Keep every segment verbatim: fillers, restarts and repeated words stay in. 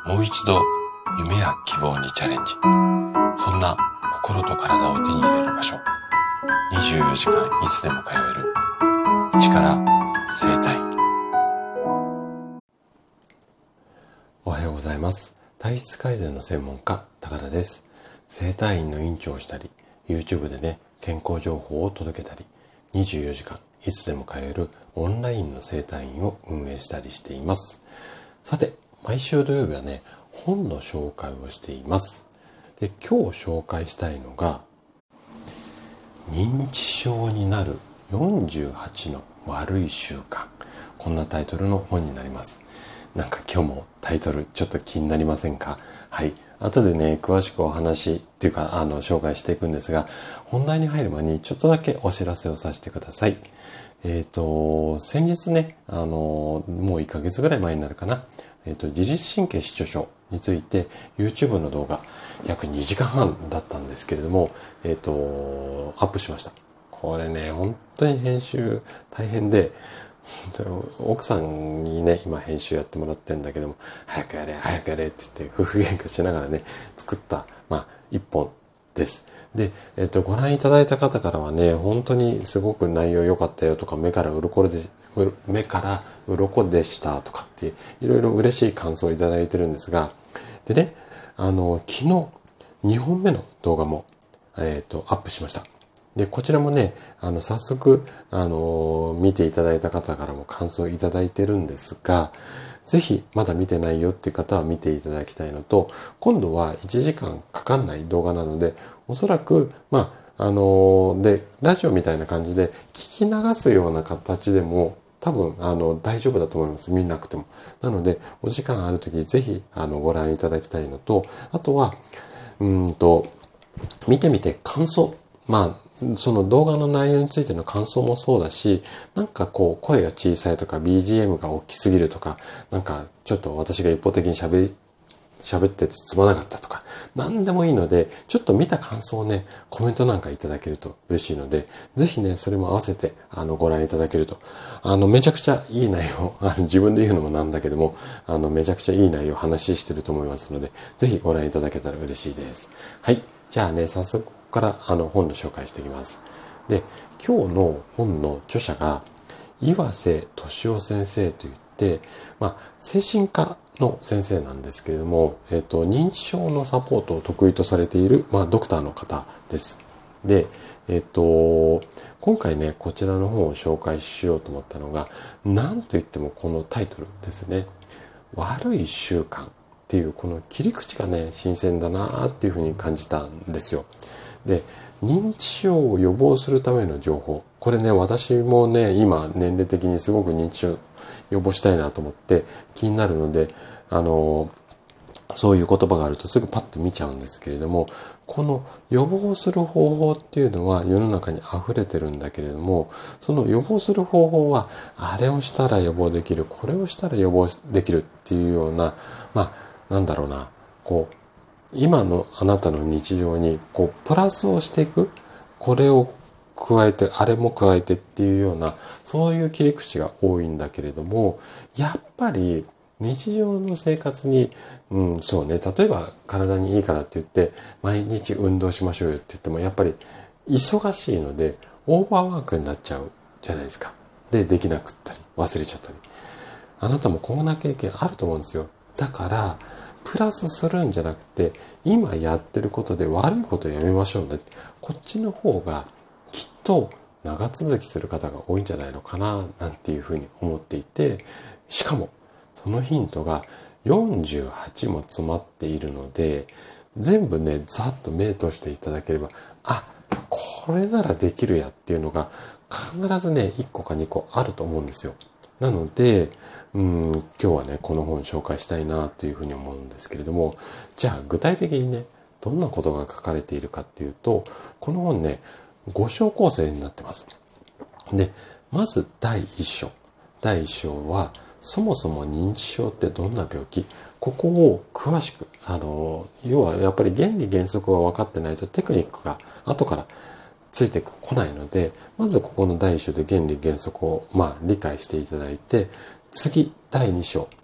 もう一度夢や希望にチャレンジ。そんな心と体を手に入れる場所。にじゅうよじかんいつでも通える市から整体。おはようございます。体質改善の専門家高田です。整体院の院長をしたり、 YouTube でね健康情報を届けたり、にじゅうよじかんいつでも通えるオンラインの整体院を運営したりしています。さて、毎週土曜日はね本の紹介をしています。で、今日紹介したいのが認知症になるよんじゅうはちの悪い習慣、こんなタイトルの本になります。なんか今日もタイトルちょっと気になりませんか？はい。後でね、詳しくお話っていうか、あの、紹介していくんですが、本題に入る前にちょっとだけお知らせをさせてください。えっと、先日ね、あの、もういっかげつぐらい前になるかな。えっと、自律神経失調症について YouTube の動画約にじかんはんだったんですけれども、えっと、アップしました。これね、本当に編集大変で、奥さんにね、今編集やってもらってるんだけども、早くやれ、早くやれって言って夫婦喧嘩しながらね、作った、まあ、一本です。で、えっと、ご覧いただいた方からはね、本当にすごく内容良かったよとか、目から鱗で、目から鱗でしたとかって、いろいろ嬉しい感想をいただいてるんですが、でね、あの、昨日、にほんめの動画も、えっと、アップしました。で、こちらもね、あの、早速、あの、見ていただいた方からも感想をいただいてるんですが、ぜひ、まだ見てないよっていう方は見ていただきたいのと、今度はいちじかんかかんない動画なので、おそらく、まあ、あの、で、ラジオみたいな感じで聞き流すような形でも、多分、あの、大丈夫だと思います。見なくても。なので、お時間あるとき、ぜひ、あの、ご覧いただきたいのと、あとは、うーんと、見てみて感想。まあ、その動画の内容についての感想もそうだし、なんかこう声が小さいとか ビージーエム が大きすぎるとか、なんかちょっと私が一方的に喋り、喋っててつまなかったとか、何でもいいので、ちょっと見た感想をね、コメントなんかいただけると嬉しいので、ぜひね、それも合わせて、あの、ご覧いただけると、あの、めちゃくちゃいい内容、あの、自分で言うのもなんだけども、あの、めちゃくちゃいい内容を話してると思いますので、ぜひご覧いただけたら嬉しいです。はい。じゃあね、早速ここから、あの、本の紹介していきます。で、今日の本の著者が、岩瀬俊夫先生といって、まあ、精神科の先生なんですけれども、えっと、認知症のサポートを得意とされている、まあ、ドクターの方です。で、えっと、今回ね、こちらの本を紹介しようと思ったのが、なんといってもこのタイトルですね。悪い習慣っていう、この切り口がね、新鮮だなっていうふうに感じたんですよ。で、認知症を予防するための情報。これね、私もね、今年齢的にすごく認知症予防したいなと思って気になるので、あの、そういう言葉があるとすぐパッと見ちゃうんですけれども、この予防する方法っていうのは世の中に溢れてるんだけれども、その予防する方法は、あれをしたら予防できる、これをしたら予防できるっていうような、まあ、なんだろうな、こう、今のあなたの日常にこうプラスをしていく、これを加えてあれも加えてっていうような、そういう切り口が多いんだけれども、やっぱり日常の生活に、うん、そうね、例えば体にいいからって言って毎日運動しましょうよって言っても、やっぱり忙しいのでオーバーワークになっちゃうじゃないですか。で、できなくったり忘れちゃったり、あなたもこんな経験あると思うんですよ。だからプラスするんじゃなくて、今やってることで悪いことをやめましょうね。こっちの方がきっと長続きする方が多いんじゃないのかな、なんていうふうに思っていて、しかもそのヒントがよんじゅうはちも詰まっているので、全部ね、ざっと目通していただければ、あ、これならできるやっていうのが必ずね、いっこかにこあると思うんですよ。なので、うん、今日はね、この本を紹介したいなというふうに思うんですけれども、じゃあ具体的にね、どんなことが書かれているかっていうと、この本ね、ご章構成になってます。で、まずだいいっ章。だいいっ章は、そもそも認知症ってどんな病気？ここを詳しく、あの、要はやっぱり原理原則が分かってないとテクニックが後からついてこないので、まずここのだいいっ章で原理原則をまあ理解していただいて、次だいに章、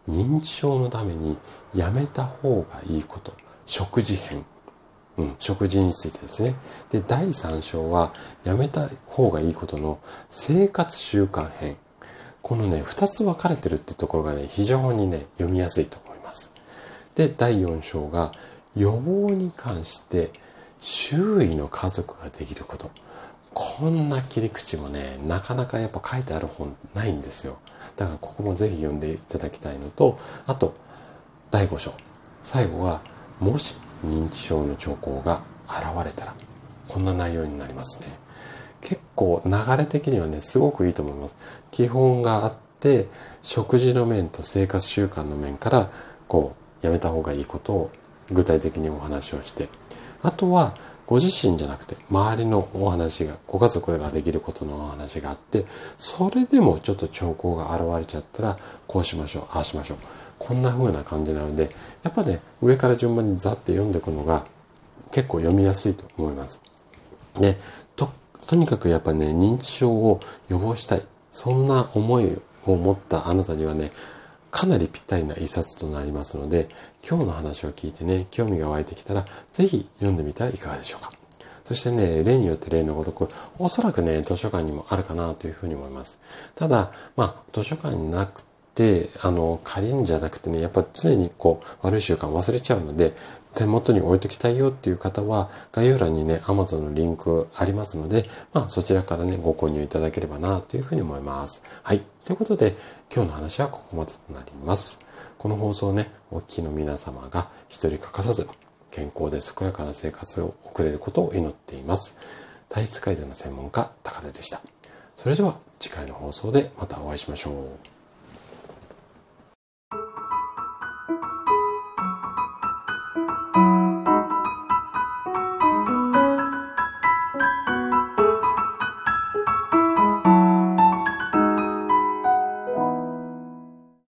認知症のためにやめた方がいいこと、食事編。うん、食事についてですね。で、だいさん章はやめた方がいいことの生活習慣編。このね、二つ分かれてるってところがね、非常にね、読みやすいと思います。で、だいよん章が予防に関して周囲の家族ができること。こんな切り口もね、なかなかやっぱ書いてある本ないんですよ。だからここもぜひ読んでいただきたいのと、あと、だいご章。最後は、もし認知症の兆候が現れたら、こんな内容になりますね。結構流れ的にはね、すごくいいと思います。基本があって、食事の面と生活習慣の面から、こう、やめた方がいいことを具体的にお話をして、あとは、ご自身じゃなくて、周りのお話が、ご家族ができることのお話があって、それでもちょっと兆候が現れちゃったら、こうしましょう、ああしましょう。こんな風な感じなので、やっぱね、上から順番にザって読んでいくのが結構読みやすいと思います。で、と、とにかくやっぱね、認知症を予防したい。そんな思いを持ったあなたにはね、かなりぴったりな一冊となりますので、今日の話を聞いてね、興味が湧いてきたら、ぜひ読んでみてはいかがでしょうか。そしてね、例によって例のごとく、おそらくね、図書館にもあるかなというふうに思います。ただ、まあ、図書館になくて、あの、借りるんじゃなくてね、やっぱ常にこう、悪い習慣忘れちゃうので、手元に置いときたいよっていう方は、概要欄にね、Amazon のリンクありますので、まあ、そちらからね、ご購入いただければなというふうに思います。はい。ということで、今日の話はここまでとなります。この放送をね、お聞きの皆様が一人欠かさず、健康で健やかな生活を送れることを祈っています。体質改善の専門家、高田でした。それでは次回の放送でまたお会いしましょう。